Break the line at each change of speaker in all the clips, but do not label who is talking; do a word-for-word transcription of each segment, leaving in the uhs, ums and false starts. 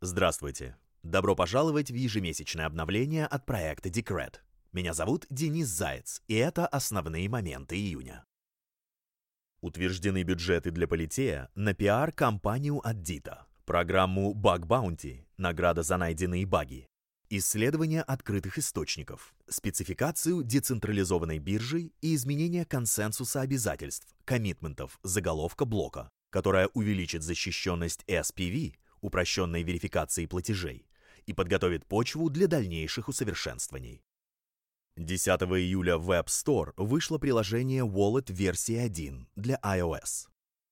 Здравствуйте! Добро пожаловать в ежемесячное обновление от проекта Decred. Меня зовут Денис Заяц, и это основные моменты июня. Утверждены бюджеты для Politeia на пиар-кампанию от Ditto, программу Bug Bounty, награда за найденные баги, исследование открытых источников, спецификацию децентрализованной биржи и изменение консенсуса обязательств, коммитментов, заголовка блока, которая увеличит защищенность эс пи ви, упрощенной верификации платежей, и подготовит почву для дальнейших усовершенствований. десятого июля в App Store вышло приложение Wallet версии один для iOS.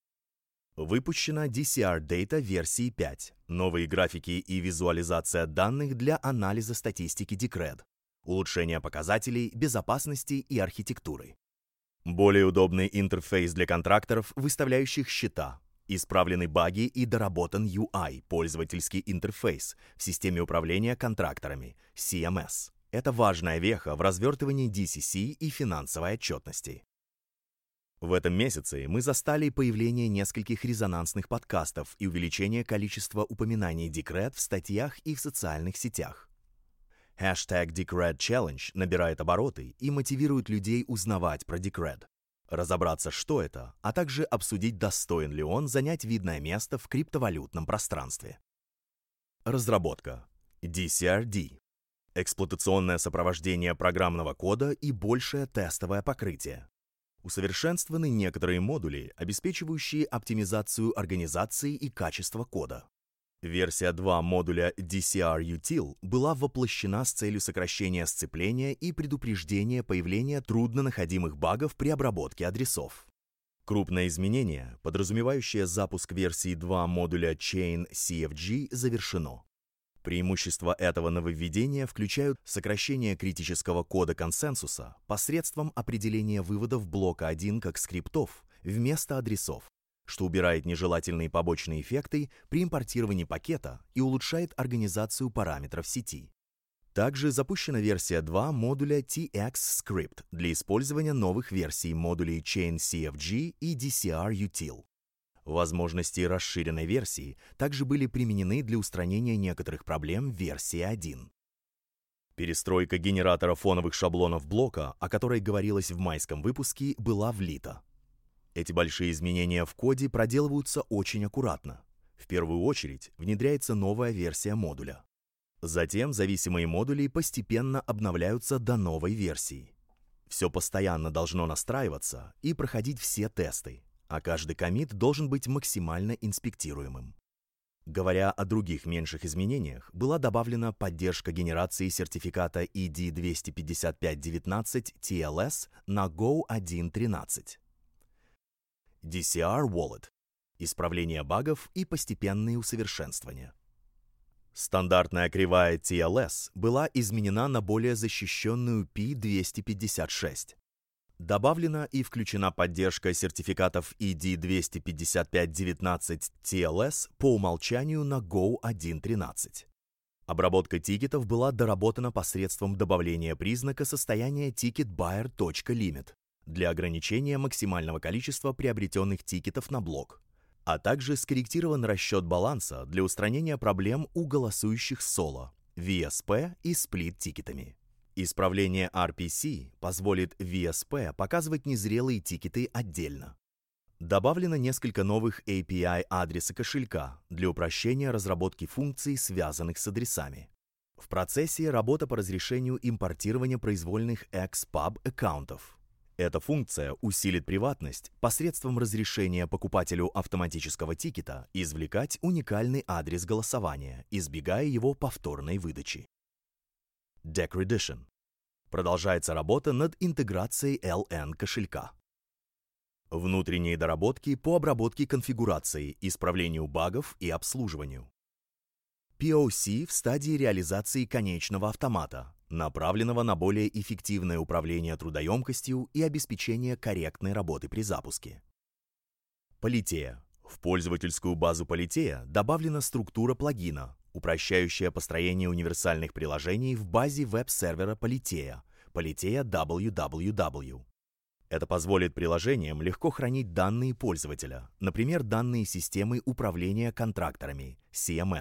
Выпущена ди си ар Data версии пять, новые графики и визуализация данных для анализа статистики Decred, улучшение показателей, безопасности и архитектуры. Более удобный интерфейс для контракторов, выставляющих счета, исправлены баги и доработан ю ай, пользовательский интерфейс, в системе управления контракторами, си эм эс. Это важная веха в развертывании ди си си и финансовой отчетности. В этом месяце мы застали появление нескольких резонансных подкастов и увеличение количества упоминаний Decred в статьях и в социальных сетях. Хэштег Decred Challenge набирает обороты и мотивирует людей узнавать про Decred, разобраться, что это, а также обсудить, достоин ли он занять видное место в криптовалютном пространстве. Разработка. ди си ар ди. Эксплуатационное сопровождение программного кода и большее тестовое покрытие. Усовершенствованы некоторые модули, обеспечивающие оптимизацию организации и качества кода. Версия два модуля ди си ар Util была воплощена с целью сокращения сцепления и предупреждения появления труднонаходимых багов при обработке адресов. Крупное изменение, подразумевающее запуск версии два модуля Chain си эф джи, завершено. Преимущества этого нововведения включают сокращение критического кода консенсуса посредством определения выводов блока один как скриптов вместо адресов, что убирает нежелательные побочные эффекты при импортировании пакета и улучшает организацию параметров сети. Также запущена версия два модуля ти экс Script для использования новых версий модулей Chain си эф джи и ди си ар Util. Возможности расширенной версии также были применены для устранения некоторых проблем в версии один. Перестройка генератора фоновых шаблонов блока, о которой говорилось в майском выпуске, была влита. Эти большие изменения в коде проделываются очень аккуратно. В первую очередь внедряется новая версия модуля. Затем зависимые модули постепенно обновляются до новой версии. Все постоянно должно настраиваться и проходить все тесты, а каждый коммит должен быть максимально инспектируемым. Говоря о других меньших изменениях, была добавлена поддержка генерации сертификата и ди два пять пять один девять ти эл эс на гоу один точка тринадцать. ди си ар Wallet. Исправление багов и постепенные усовершенствования. Стандартная кривая ти эл эс была изменена на более защищенную пи двести пятьдесят шесть. Добавлена и включена поддержка сертификатов и ди два пять пять один девять ти эл эс по умолчанию на гоу один точка тринадцать. Обработка тикетов была доработана посредством добавления признака состояния TicketBuyer.Limit для ограничения максимального количества приобретенных тикетов на блок, а также скорректирован расчет баланса для устранения проблем у голосующих соло, ви эс пи и сплит-тикетами. Исправление ар пи си позволит ви эс пи показывать незрелые тикеты отдельно. Добавлено несколько новых эй пи ай адреса кошелька для упрощения разработки функций, связанных с адресами. В процессе работа по разрешению импортирования произвольных икс паб аккаунтов. Эта функция усилит приватность посредством разрешения покупателю автоматического тикета извлекать уникальный адрес голосования, избегая его повторной выдачи. Decredition. Продолжается работа над интеграцией эл эн кошелька. Внутренние доработки по обработке конфигурации, исправлению багов и обслуживанию. пи о си в стадии реализации конечного автомата, направленного на более эффективное управление трудоемкостью и обеспечение корректной работы при запуске. Politeia. В пользовательскую базу Politeia добавлена структура плагина, упрощающая построение универсальных приложений в базе веб-сервера Politeia, Politeia дабл ю дабл ю дабл ю. Это позволит приложениям легко хранить данные пользователя, например, данные системы управления контракторами, си эм эс,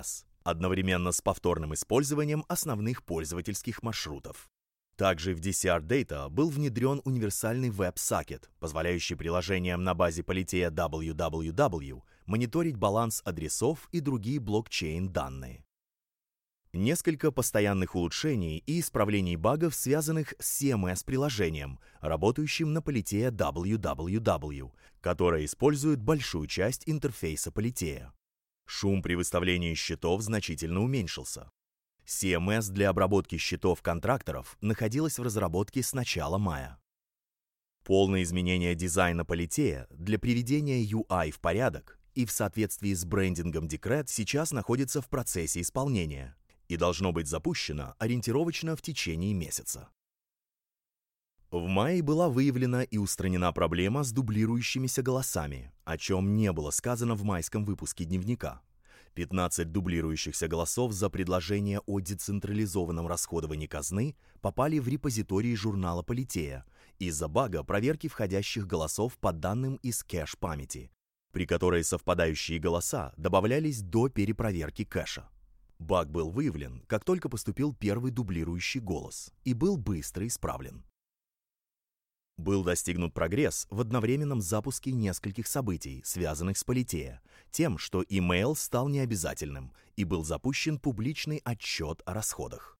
одновременно с повторным использованием основных пользовательских маршрутов. Также в ди си ар Data был внедрен универсальный веб-сокет, позволяющий приложениям на базе Politeia дабл ю дабл ю дабл ю мониторить баланс адресов и другие блокчейн-данные. Несколько постоянных улучшений и исправлений багов, связанных с си эм эс-приложением, работающим на Politeia дабл ю дабл ю дабл ю, которое использует большую часть интерфейса Politeia. Шум при выставлении счетов значительно уменьшился. си эм эс для обработки счетов контракторов находилась в разработке с начала мая. Полное изменение дизайна Politeia для приведения ю ай в порядок и в соответствии с брендингом Decred сейчас находится в процессе исполнения и должно быть запущено ориентировочно в течение месяца. В мае была выявлена и устранена проблема с дублирующимися голосами, о чем не было сказано в майском выпуске дневника. пятнадцать дублирующихся голосов за предложение о децентрализованном расходовании казны попали в репозиторий журнала Politeia из-за бага проверки входящих голосов по данным из кэш-памяти, при которой совпадающие голоса добавлялись до перепроверки кэша. Баг был выявлен, как только поступил первый дублирующий голос, и был быстро исправлен. Был достигнут прогресс в одновременном запуске нескольких событий, связанных с Politeia, тем, что email стал необязательным, и был запущен публичный отчет о расходах.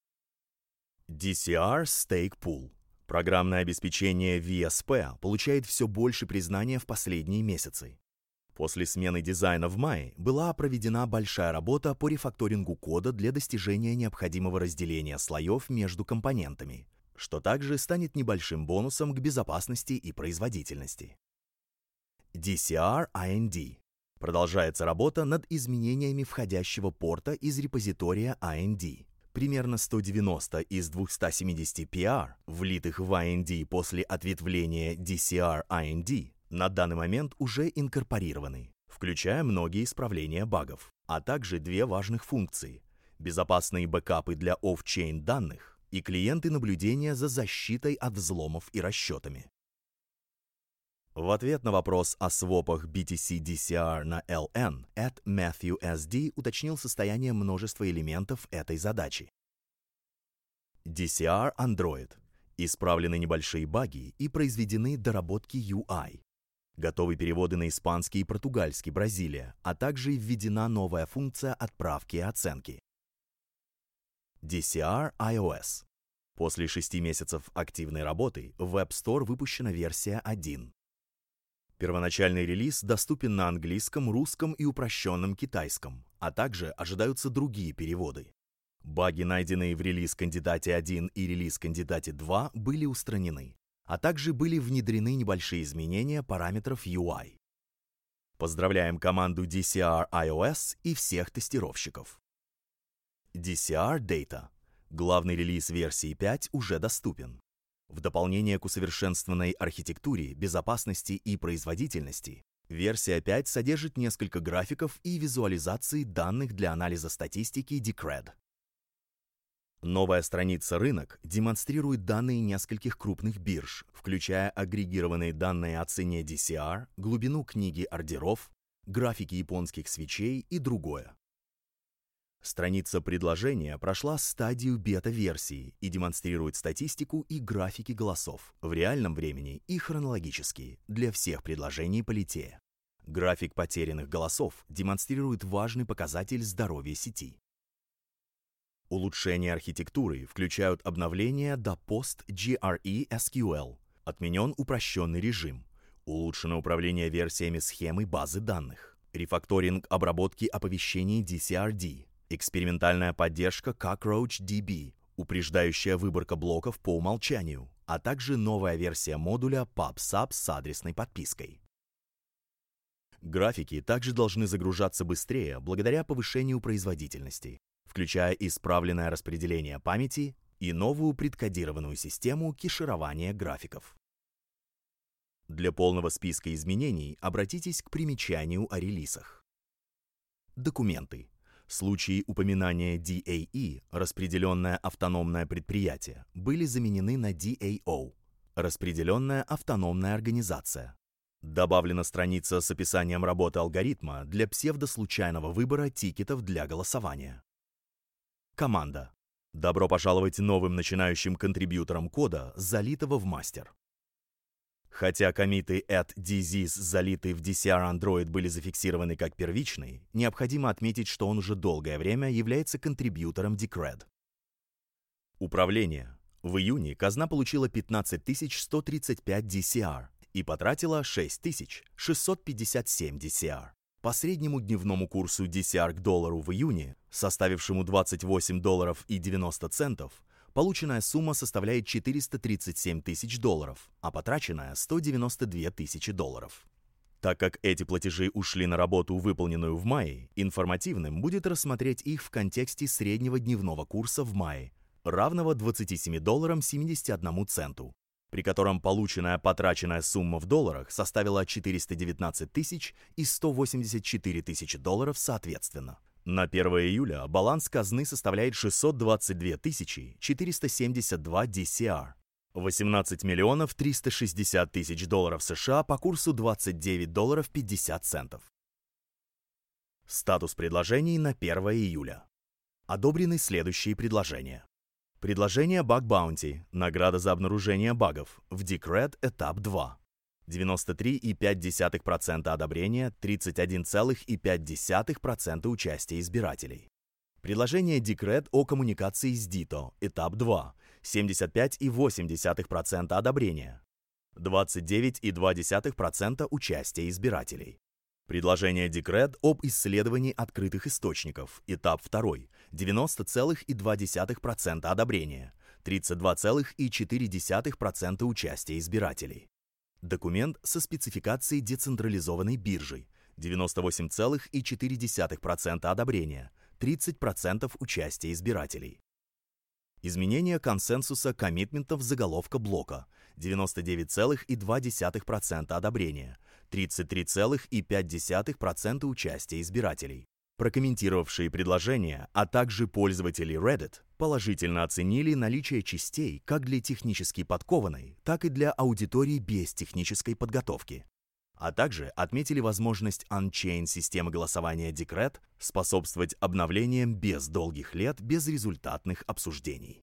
ди си ар Stake Pool. Программное обеспечение ви эс пи получает все больше признания в последние месяцы. После смены дизайна в мае была проведена большая работа по рефакторингу кода для достижения необходимого разделения слоев между компонентами, что также станет небольшим бонусом к безопасности и производительности. ди си ар ай эн ди. Продолжается работа над изменениями входящего порта из репозитория ай эн ди. Примерно сто девяносто из двухсот семидесяти пи ар, влитых в ай эн ди после ответвления ди си ар ай эн ди, на данный момент уже инкорпорированы, включая многие исправления багов, а также две важных функции – безопасные бэкапы для оффчейн данных и клиенты наблюдения за защитой от взломов и расчетами. В ответ на вопрос о свопах би ти си ди си ар на эл эн, at Matthew эс ди уточнил состояние множества элементов этой задачи. ди си ар Android. Исправлены небольшие баги и произведены доработки ю ай. Готовы переводы на испанский и португальский Бразилия, а также введена новая функция отправки и оценки. ди си ар iOS. После шести месяцев активной работы в App Store выпущена версия один. Первоначальный релиз доступен на английском, русском и упрощенном китайском, а также ожидаются другие переводы. Баги, найденные в релиз-кандидате один и релиз-кандидате два, были устранены, а также были внедрены небольшие изменения параметров ю ай. Поздравляем команду ди си ар iOS и всех тестировщиков. ди си ар Data. Главный релиз версии пять уже доступен. В дополнение к усовершенствованной архитектуре, безопасности и производительности, версия пять содержит несколько графиков и визуализаций данных для анализа статистики Decred. Новая страница «Рынок» демонстрирует данные нескольких крупных бирж, включая агрегированные данные о цене ди си ар, глубину книги ордеров, графики японских свечей и другое. Страница предложения прошла стадию бета-версии и демонстрирует статистику и графики голосов в реальном времени и хронологически для всех предложений Politeia. График потерянных голосов демонстрирует важный показатель здоровья сети. Улучшения архитектуры включают обновление до пост-джи ар и эс кью эль, отменен упрощенный режим, улучшено управление версиями схемы базы данных, рефакторинг обработки оповещений ди си ар ди, экспериментальная поддержка CockroachDB, упреждающая выборка блоков по умолчанию, а также новая версия модуля PubSub с адресной подпиской. Графики также должны загружаться быстрее благодаря повышению производительности, включая исправленное распределение памяти и новую предкодированную систему кеширования графиков. Для полного списка изменений обратитесь к примечанию о релизах. Документы. В случае упоминания ди эй и, распределенное автономное предприятие, были заменены на ди эй о, распределенная автономная организация. Добавлена страница с описанием работы алгоритма для псевдослучайного выбора тикетов для голосования. Команда. Добро пожаловать новым начинающим контрибьюторам кода, залитого в мастер. Хотя коммиты at disease, залитые в ди си ар Android, были зафиксированы как первичные, необходимо отметить, что он уже долгое время является контрибьютором Decred. Управление. В июне казна получила пятнадцать тысяч сто тридцать пять ди си ар и потратила шесть тысяч шестьсот пятьдесят семь ди си ар. По среднему дневному курсу ди си ар к доллару в июне, составившему двадцать восемь долларов и девяносто центов, полученная сумма составляет четыреста тридцать семь тысяч долларов, а потраченная – сто девяносто две тысячи долларов. Так как эти платежи ушли на работу, выполненную в мае, информативным будет рассмотреть их в контексте среднего дневного курса в мае, равного двадцати семи долларам семидесяти одному центу, при котором полученная потраченная сумма в долларах составила четыреста девятнадцать тысяч и сто восемьдесят четыре тысячи долларов соответственно. На первое июля баланс казны составляет шестьсот двадцать две тысячи четыреста семьдесят два ди си ар, восемнадцать миллионов триста шестьдесят тысяч долларов США по курсу двадцать девять долларов пятьдесят центов. Статус предложений на первое июля. Одобрены следующие предложения. Предложение Bug Bounty, награда за обнаружение багов, в Decred этап два. девяносто три и пять десятых процента одобрения, тридцать один целых пять десятых процента участия избирателей. Предложение Decred о коммуникации с Ditto, этап два. семьдесят пять и восемь десятых процента одобрения, двадцать девять и две десятых процента участия избирателей. Предложение Decred об исследовании открытых источников, этап два. девяносто целых две десятых процента одобрения, тридцать два целых четыре десятых процента участия избирателей. Документ со спецификацией децентрализованной биржи, девяносто восемь целых четыре десятых процента одобрения, тридцать процентов участия избирателей. Изменение консенсуса коммитментов заголовка блока, девяносто девять целых две десятых процента одобрения, тридцать три целых пять десятых процента участия избирателей. Прокомментировавшие предложения, а также пользователи Reddit положительно оценили наличие частей как для технически подкованной, так и для аудитории без технической подготовки. А также отметили возможность Unchained системы голосования Decred способствовать обновлениям без долгих лет безрезультатных обсуждений.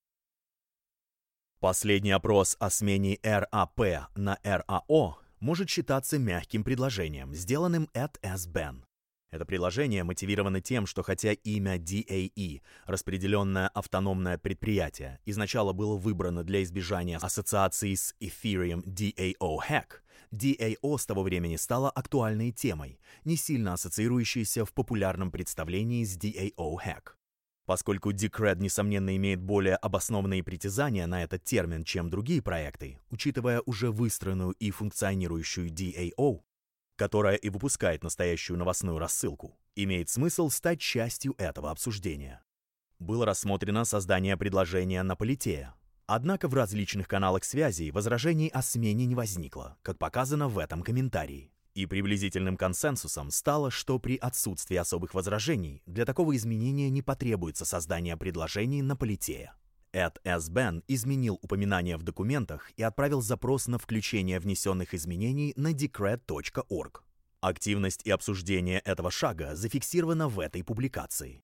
Последний опрос о смене эр а пэ на эр а о может считаться мягким предложением, сделанным at эс бен. Это предложение мотивировано тем, что хотя имя ди эй и, распределенное автономное предприятие, изначально было выбрано для избежания ассоциации с Ethereum ди эй о Hack, ди эй о с того времени стала актуальной темой, не сильно ассоциирующейся в популярном представлении с ди эй о Hack. Поскольку Decred, несомненно, имеет более обоснованные притязания на этот термин, чем другие проекты, учитывая уже выстроенную и функционирующую ди эй о, которая и выпускает настоящую новостную рассылку, имеет смысл стать частью этого обсуждения. Было рассмотрено создание предложения на Politeia. Однако в различных каналах связи возражений о смене не возникло, как показано в этом комментарии. И приблизительным консенсусом стало, что при отсутствии особых возражений для такого изменения не потребуется создание предложений на Politeia. at эс бен изменил упоминание в документах и отправил запрос на включение внесенных изменений на decred точка орг. Активность и обсуждение этого шага зафиксировано в этой публикации.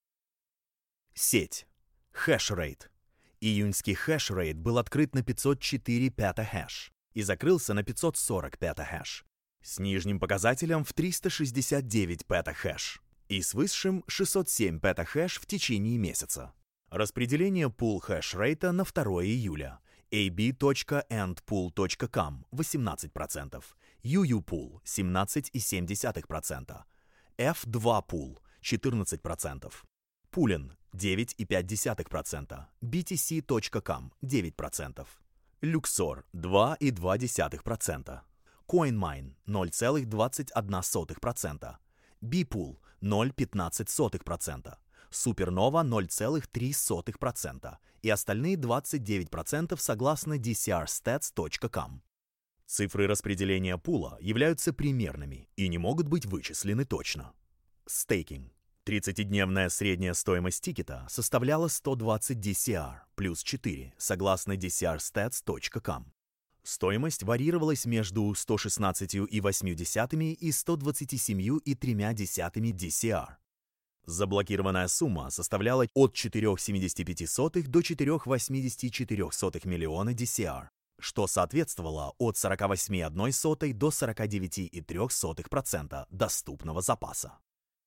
Сеть. Хэшрейт. Июньский хэшрейт был открыт на пятьсот четыре петахэш и закрылся на пятьсот сорок петахэш, с нижним показателем в триста шестьдесят девять петахэш и с высшим шестьсот семь петахэш в течение месяца. Распределение пул хэшрейта на второе июля. эй би точка эндпул точка ком восемнадцать процентов, ю ю пул семнадцать и семь десятых процента, эф два пул четырнадцать процентов, Pulin девять и пять десятых процента, би ти си точка ком девять процентов, Luxor два и две десятых процента, CoinMine ноль целых двадцать одна сотых процента, Bepool ноль целых пятнадцать сотых процента, Supernova ноль целых три сотых процента и остальные двадцать девять процентов согласно ди си ар статс точка ком. Цифры распределения пула являются примерными и не могут быть вычислены точно. Стейкинг. тридцатидневная средняя стоимость тикета составляла сто двадцать ди си ар плюс четыре согласно ди си ар статс точка ком. Стоимость варьировалась между сто шестнадцать целых восемь десятых и сто двадцать семь целых три десятых ди си ар. Заблокированная сумма составляла от четыре целых семьдесят пять сотых до четыре целых восемьдесят четыре сотых миллиона ди си ар, что соответствовало от сорок восемь целых одна сотая до сорок девять целых три сотых процента доступного запаса.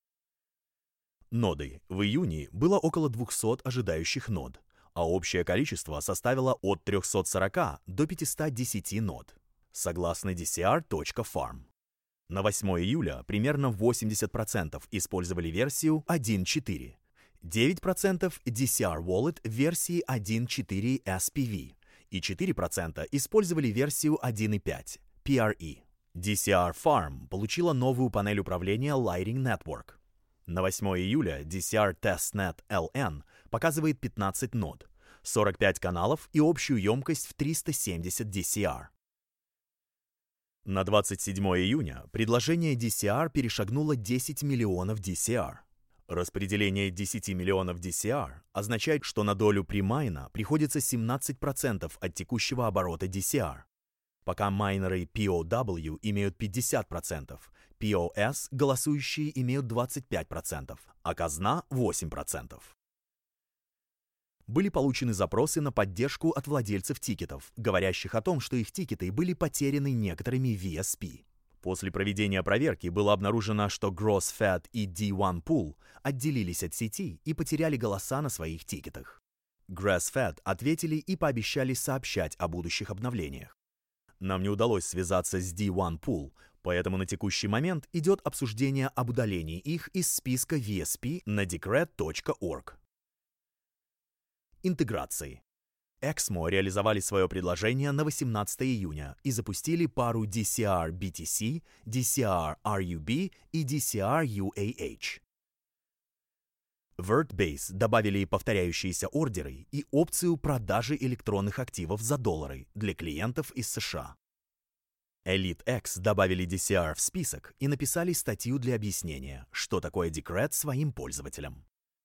Ноды. В июне было около двухсот ожидающих нод, а общее количество составило от трёхсот сорока до пятисот десяти нод, согласно ди си ар точка фарм. На восьмое июля примерно восемьдесят процентов использовали версию один точка четыре, девять процентов ди си ар Wallet в версии один точка четыре эс пи ви и четыре процента использовали версию один точка пять пи ар и. ди си ар Farm получила новую панель управления Lighting Network. На восьмое июля ди си ар Testnet эл эн показывает пятнадцать нод, сорок пять каналов и общую емкость в триста семьдесят ди си ар. На двадцать седьмое июня предложение ди си ар перешагнуло десять миллионов ди си ар. Распределение десяти миллионов ди си ар означает, что на долю премайна приходится семнадцать процентов от текущего оборота ди си ар. Пока майнеры пи о дабл ю имеют пятьдесят процентов, пи о эс голосующие имеют двадцать пять процентов, а казна восемь процентов. Были получены запросы на поддержку от владельцев тикетов, говорящих о том, что их тикеты были потеряны некоторыми ви эс пи. После проведения проверки было обнаружено, что GrossFed и ди один Pool отделились от сети и потеряли голоса на своих тикетах. GrossFed ответили и пообещали сообщать о будущих обновлениях. Нам не удалось связаться с ди один Pool, поэтому на текущий момент идет обсуждение об удалении их из списка ви эс пи на decred точка орг. Интеграции. Exmo реализовали свое предложение на восемнадцатое июня и запустили пару ди си ар би ти си, ди си ар ар ю би и ди си ар ю эй эйч. В Vertbase добавили повторяющиеся ордеры и опцию продажи электронных активов за доллары для клиентов из США. EliteX добавили ди си ар в список и написали статью для объяснения, что такое Decred своим пользователям.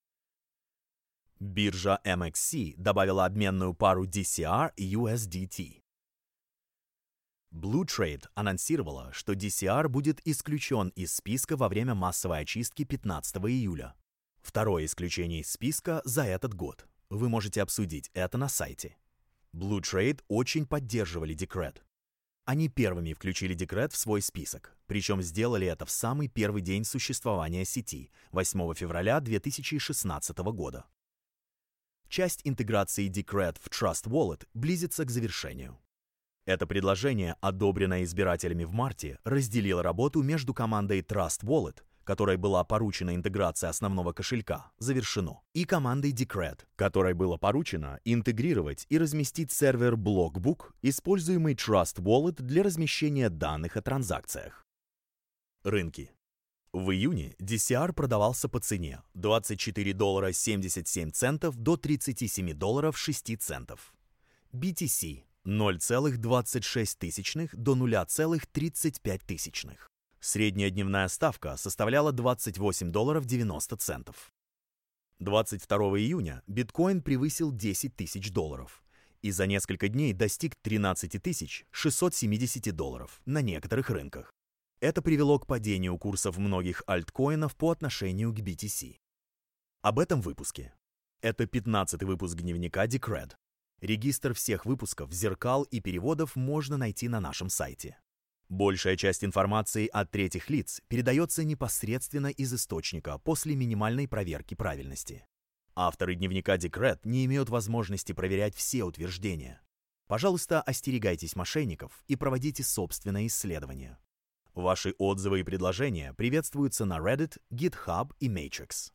Биржа эм экс си добавила обменную пару ди си ар ю эс ди ти. BlueTrade анонсировала, что ди си ар будет исключен из списка во время массовой очистки пятнадцатого июля. Второе исключение из списка за этот год. Вы можете обсудить это на сайте. BlueTrade очень поддерживали Decred. Они первыми включили Decred в свой список, причем сделали это в самый первый день существования сети, восьмого февраля две тысячи шестнадцатого года. Часть интеграции Decred в Trust Wallet близится к завершению. Это предложение, одобренное избирателями в марте, разделило работу между командой Trust Wallet, которой была поручена интеграция основного кошелька, завершено, и командой Decred, которой было поручено интегрировать и разместить сервер Blockbook, используемый Trust Wallet для размещения данных о транзакциях. Рынки. В июне ди си ар продавался по цене двадцать четыре доллара семьдесят семь центов до тридцать семь долларов шесть центов. би ти си ноль целых двадцать шесть тысячных до ноль целых тридцать пять тысячных. Средняя дневная ставка составляла двадцать восемь долларов девяносто центов. двадцать второго июня биткоин превысил десять тысяч долларов и за несколько дней достиг тринадцать тысяч шестьсот семьдесят долларов на некоторых рынках. Это привело к падению курсов многих альткоинов по отношению к би ти си. Об этом выпуске. Это пятнадцатый выпуск дневника Decred. Регистр всех выпусков, зеркал и переводов можно найти на нашем сайте. Большая часть информации от третьих лиц передается непосредственно из источника после минимальной проверки правильности. Авторы дневника Decred не имеют возможности проверять все утверждения. Пожалуйста, остерегайтесь мошенников и проводите собственное исследование. Ваши отзывы и предложения приветствуются на Reddit, GitHub и Matrix.